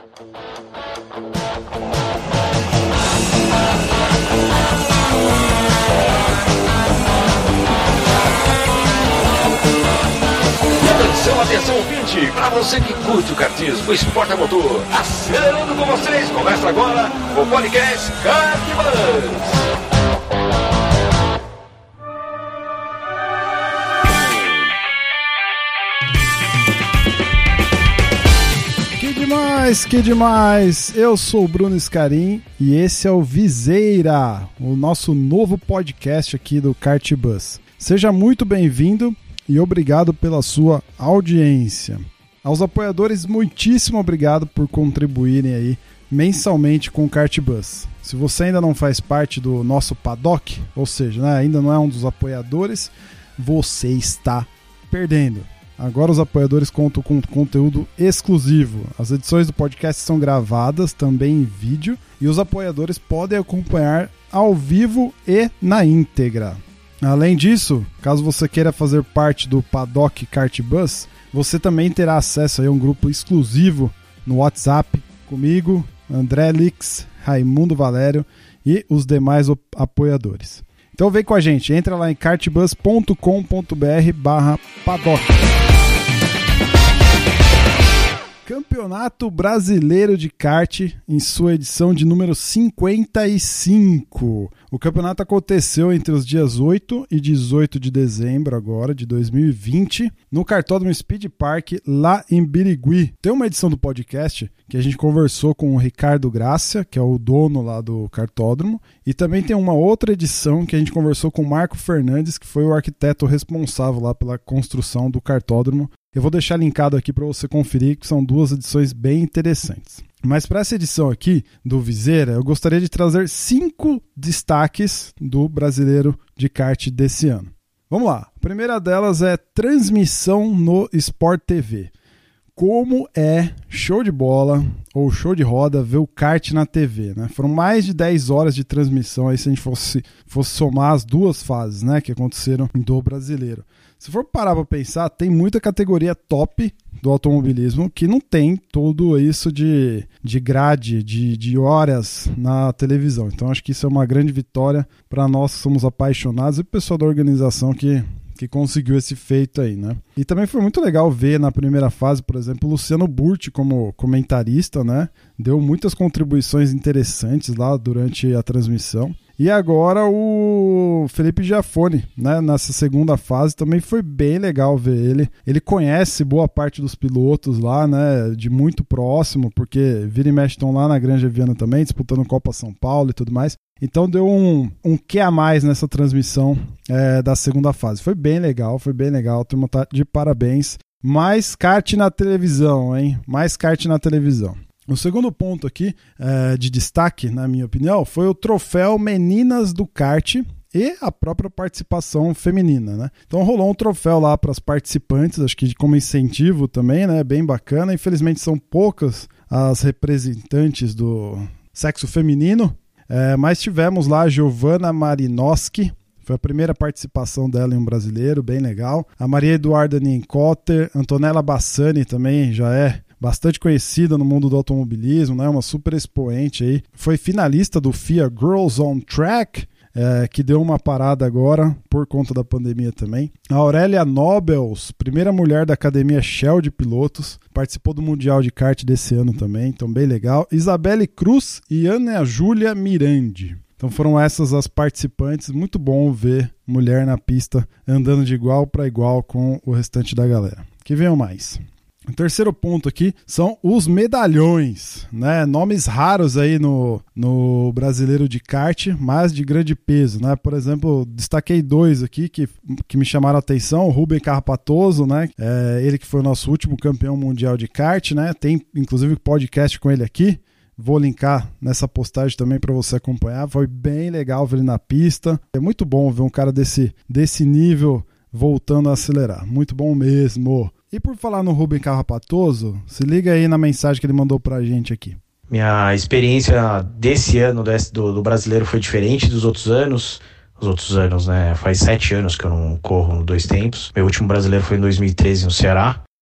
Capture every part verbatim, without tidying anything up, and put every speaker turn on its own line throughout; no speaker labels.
Atenção, atenção, ouvinte, para você que curte o kartismo, o esporte a motor, acelerando com vocês, começa agora o podcast Kart Bus.
Que demais, que demais! Eu sou o Bruno Scarin e esse é o Viseira, o nosso novo podcast aqui do Kart Bus. Seja muito bem-vindo e obrigado pela sua audiência. Aos apoiadores, muitíssimo obrigado por contribuírem aí mensalmente com o Kart Bus. Se você ainda não faz parte do nosso paddock, ou seja, né, ainda não é um dos apoiadores, você está perdendo. Agora os apoiadores contam com conteúdo exclusivo. As edições do podcast são gravadas também em vídeo e os apoiadores podem acompanhar ao vivo e na íntegra. Além disso, caso você queira fazer parte do Paddock Kart Bus, você também terá acesso a um grupo exclusivo no WhatsApp comigo, André Lix, Raimundo Valério e os demais apoiadores. Então vem com a gente, entra lá em kartbus ponto com ponto br barra paddock. Campeonato Brasileiro de Kart em sua edição de número cinquenta e cinco. O campeonato aconteceu entre os dias oito e dezoito de dezembro agora, de dois mil e vinte, no Kartódromo Speed Park, lá em Birigui. Tem uma edição do podcast que a gente conversou com o Ricardo Gracia, que é o dono lá do kartódromo, e também tem uma outra edição que a gente conversou com o Marco Fernandes, que foi o arquiteto responsável lá pela construção do kartódromo. Eu vou deixar linkado aqui para você conferir, que são duas edições bem interessantes. Mas para essa edição aqui do Viseira, eu gostaria de trazer cinco destaques do Brasileiro de Kart desse ano. Vamos lá. A primeira delas é transmissão no Sport T V. Como é show de bola ou show de roda ver o kart na T V, né? Foram mais de dez horas de transmissão aí se a gente fosse, fosse somar as duas fases, né, que aconteceram do Brasileiro. Se for parar para pensar, tem muita categoria top do automobilismo que não tem tudo isso de, de grade, de, de horas na televisão. Então acho que isso é uma grande vitória para nós que somos apaixonados e o pessoal da organização que, que conseguiu esse feito aí, né? E também foi muito legal ver na primeira fase, por exemplo, o Luciano Burti como comentarista, né? Deu muitas contribuições interessantes lá durante a transmissão. E agora o Felipe Giafone, né, nessa segunda fase, também foi bem legal ver ele. Ele conhece boa parte dos pilotos lá, né, de muito próximo, porque vira e mexe estão lá na Granja Viana também, disputando Copa São Paulo e tudo mais. Então deu um, um quê a mais nessa transmissão é, da segunda fase. Foi bem legal, foi bem legal, turma tá de parabéns. Mais kart na televisão, hein? Mais kart na televisão. O segundo ponto aqui é, de destaque, na minha opinião, foi o troféu Meninas do Kart e a própria participação feminina, né? Então rolou um troféu lá para as participantes, acho que como incentivo também, né? Bem bacana. Infelizmente são poucas as representantes do sexo feminino, é, mas tivemos lá a Giovanna Marinowski. Foi a primeira participação dela em um brasileiro, bem legal. A Maria Eduarda Nienkotter, Antonella Bassani também já é bastante conhecida no mundo do automobilismo, né? Uma super expoente aí. Foi finalista do F I A Girls on Track, é, que deu uma parada agora por conta da pandemia também. A Aurélia Nobels, primeira mulher da Academia Shell de Pilotos, participou do Mundial de Kart desse ano também, então bem legal. Isabelle Cruz e Ana Júlia Mirandi. Então foram essas as participantes. Muito bom ver mulher na pista andando de igual para igual com o restante da galera. Que venham mais. O terceiro ponto aqui são os medalhões, né? Nomes raros aí no, no Brasileiro de Kart, mas de grande peso, né? Por exemplo, destaquei dois aqui que, que me chamaram a atenção. O Rubem Carrapatoso, né? É, ele que foi o nosso último campeão mundial de kart, né? Tem inclusive podcast com ele aqui. Vou linkar nessa postagem também para você acompanhar. Foi bem legal ver ele na pista. É muito bom ver um cara desse, desse nível voltando a acelerar. Muito bom mesmo. E por falar no Rubem Carrapatoso, se liga aí na mensagem que ele mandou pra gente aqui.
Minha experiência desse ano do, do brasileiro foi diferente dos outros anos. Os outros anos, né? Faz sete anos que eu não corro no dois tempos. Meu último brasileiro foi em dois mil e treze no Ceará.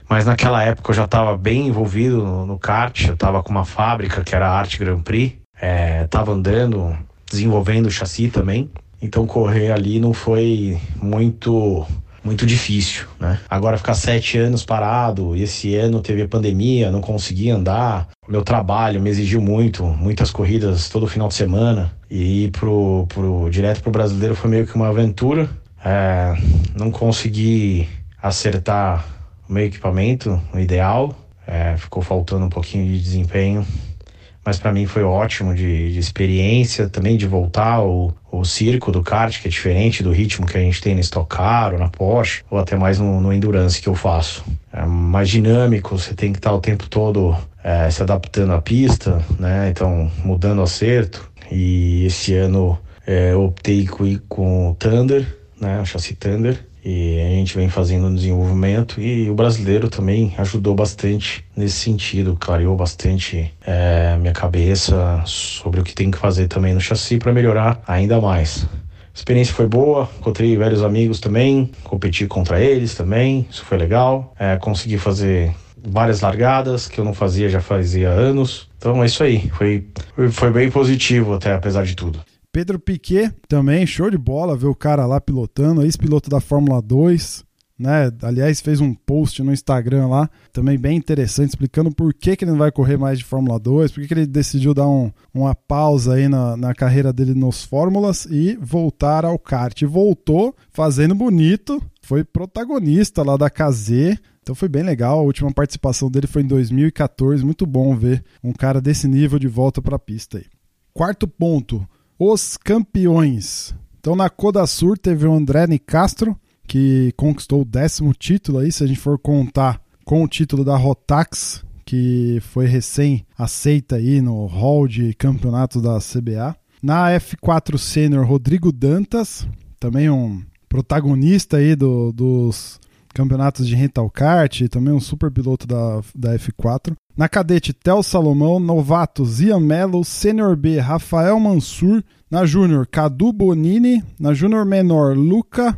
Mas naquela época eu já estava bem envolvido no, no kart, eu estava com uma fábrica que era a Arte Grand Prix, estava é, andando, desenvolvendo o chassi também, então correr ali não foi muito, muito difícil, né? Agora ficar sete anos parado, e esse ano teve a pandemia, não consegui andar, o meu trabalho me exigiu muito, muitas corridas todo final de semana, e ir pro, pro, direto pro Brasileiro foi meio que uma aventura, é, não consegui acertar o meu equipamento, o ideal, é, ficou faltando um pouquinho de desempenho, mas para mim foi ótimo de, de experiência, também de voltar ao, ao circo do kart, que é diferente do ritmo que a gente tem no Stock Car ou na Porsche, ou até mais no, no Endurance que eu faço. É mais dinâmico, você tem que estar o tempo todo é, se adaptando à pista, né? Então mudando o acerto, e esse ano é, eu optei com, com o Thunder, né? O chassi Thunder, e a gente vem fazendo um desenvolvimento, e o Brasileiro também ajudou bastante nesse sentido, clareou bastante é, minha cabeça sobre o que tem que fazer também no chassi para melhorar ainda mais. A experiência foi boa, encontrei velhos amigos também, competi contra eles também, isso foi legal, é, consegui fazer várias largadas que eu não fazia já fazia anos, então é isso aí, foi, foi bem positivo até, apesar de tudo.
Pedro Piquet também, show de bola ver o cara lá pilotando, ex-piloto da Fórmula dois, né? Aliás, fez um post no Instagram lá, também bem interessante, explicando por que, que ele não vai correr mais de Fórmula dois, por que, que ele decidiu dar um, uma pausa aí na, na carreira dele nos Fórmulas e voltar ao kart. E voltou fazendo bonito, foi protagonista lá da K Z, então foi bem legal. A última participação dele foi em dois mil e catorze, muito bom ver um cara desse nível de volta para a pista aí. Quarto ponto. Os campeões. Então na Codasur teve o André Nicastro, que conquistou o décimo título aí, se a gente for contar com o título da Rotax, que foi recém aceita aí no hall de campeonatos da C B A. Na F quatro Sênior, Rodrigo Dantas, também um protagonista aí do, dos campeonatos de rental kart, também um super piloto da, da F quatro. Na cadete, Theo Salomão, novato, Zian Mello, Sênior B, Rafael Mansur, na Júnior, Cadu Bonini, na Júnior Menor, Luca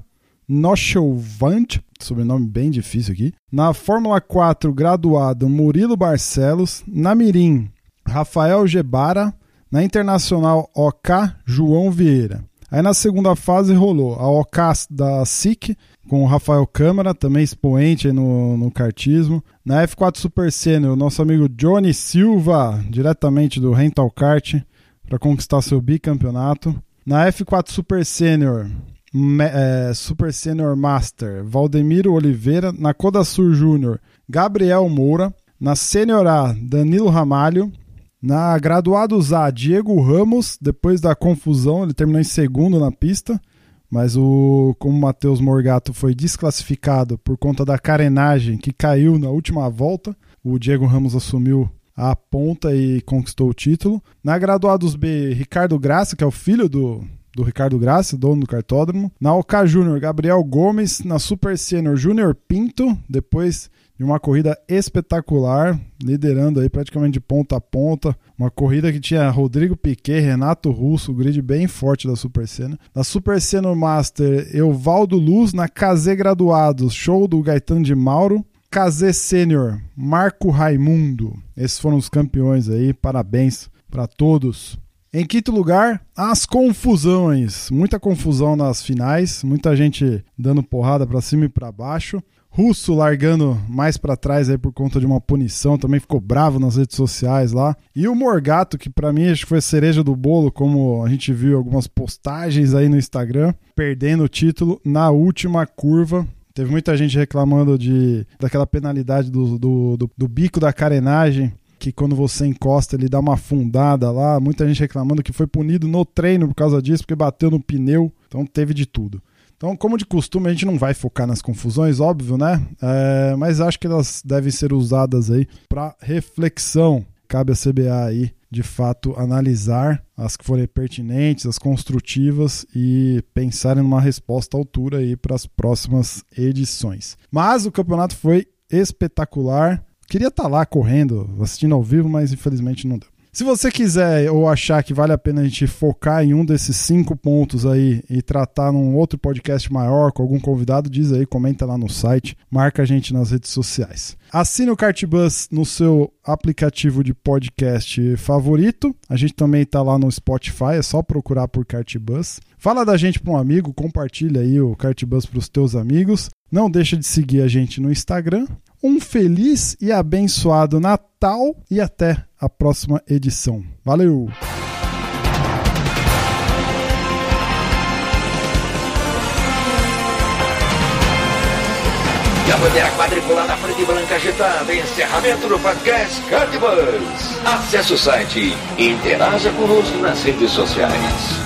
Noschelvant, sobrenome bem difícil aqui, na Fórmula quatro, graduado, Murilo Barcelos, na Mirim, Rafael Gebara, na Internacional O K, João Vieira. Aí na segunda fase rolou a O K da S I C, com o Rafael Câmara, também expoente aí no, no kartismo. Na F quatro Super Sênior, o nosso amigo Johnny Silva, diretamente do Rental Kart, para conquistar seu bicampeonato. Na F quatro Super Sênior, é, Super Sênior Master, Valdemiro Oliveira. Na Codasur Júnior, Gabriel Moura. Na Sênior A, Danilo Ramalho. Na Graduados A, Diego Ramos. Depois da confusão, ele terminou em segundo na pista, mas o, como o Matheus Morgato foi desclassificado por conta da carenagem que caiu na última volta, o Diego Ramos assumiu a ponta e conquistou o título. Na Graduados B, Ricardo Graça, que é o filho do, do Ricardo Graça, dono do cartódromo. Na O K Júnior, Gabriel Gomes. Na Super Sênior, Júnior Pinto, depois de uma corrida espetacular, liderando aí praticamente de ponta a ponta. Uma corrida que tinha Rodrigo Piquet, Renato Russo, o grid bem forte da Super Sênior. Na Super Sênior Master, Evaldo Luz. Na K Z Graduados, show do Gaetano de Mauro. K Z Sênior, Marco Raimundo. Esses foram os campeões aí, parabéns para todos. Em quinto lugar, as confusões. Muita confusão nas finais, muita gente dando porrada para cima e para baixo. Russo largando mais para trás aí por conta de uma punição, também ficou bravo nas redes sociais lá. E o Morgato, que para mim acho que foi a cereja do bolo, como a gente viu algumas postagens aí no Instagram, perdendo o título na última curva. Teve muita gente reclamando de, daquela penalidade do, do, do, do bico da carenagem, que quando você encosta ele dá uma afundada lá. Muita gente reclamando que foi punido no treino por causa disso, porque bateu no pneu. Então teve de tudo. Então, como de costume, a gente não vai focar nas confusões, óbvio, né? É, mas acho que elas devem ser usadas aí para reflexão. Cabe à C B A aí, de fato, analisar as que forem pertinentes, as construtivas e pensarem numa resposta à altura aí para as próximas edições. Mas o campeonato foi espetacular. Queria estar lá correndo, assistindo ao vivo, mas infelizmente não deu. Se você quiser ou achar que vale a pena a gente focar em um desses cinco pontos aí e tratar num outro podcast maior com algum convidado, diz aí, comenta lá no site, marca a gente nas redes sociais. Assine o Kartbus no seu aplicativo de podcast favorito. A gente também está lá no Spotify, é só procurar por Kartbus. Fala da gente para um amigo, compartilha aí o Kartbus para os teus amigos. Não deixa de seguir a gente no Instagram. Um feliz e abençoado Natal e até a próxima edição. Valeu!
E a bandeira quadriculada na frente e branca agitada. Encerramento do podcast Kartbus. Acesse o site e interaja conosco nas redes sociais.